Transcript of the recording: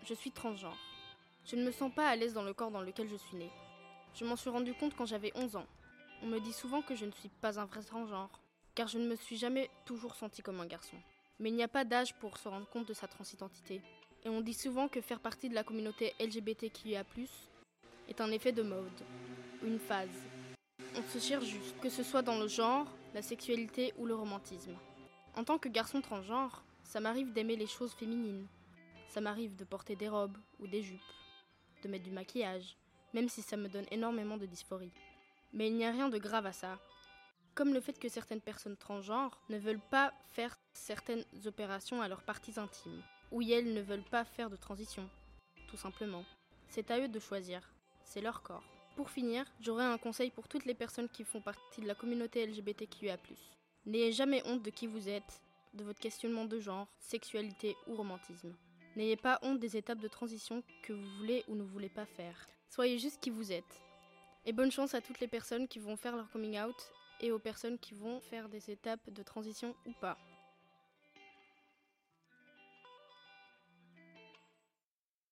Je suis transgenre. Je ne me sens pas à l'aise dans le corps dans lequel je suis née. Je m'en suis rendu compte quand j'avais 11 ans. On me dit souvent que je ne suis pas un vrai transgenre, car je ne me suis jamais toujours sentie comme un garçon. Mais il n'y a pas d'âge pour se rendre compte de sa transidentité. Et on dit souvent que faire partie de la communauté LGBTQIA+, est un effet de mode, une phase. On se cherche juste, que ce soit dans le genre, la sexualité ou le romantisme. En tant que garçon transgenre, ça m'arrive d'aimer les choses féminines. Ça m'arrive de porter des robes ou des jupes, de mettre du maquillage, même si ça me donne énormément de dysphorie. Mais il n'y a rien de grave à ça. Comme le fait que certaines personnes transgenres ne veulent pas faire certaines opérations à leurs parties intimes, ou elles ne veulent pas faire de transition, tout simplement. C'est à eux de choisir, c'est leur corps. Pour finir, j'aurai un conseil pour toutes les personnes qui font partie de la communauté LGBTQIA+. N'ayez jamais honte de qui vous êtes, de votre questionnement de genre, sexualité ou romantisme. N'ayez pas honte des étapes de transition que vous voulez ou ne voulez pas faire. Soyez juste qui vous êtes. Et bonne chance à toutes les personnes qui vont faire leur coming out et aux personnes qui vont faire des étapes de transition ou pas.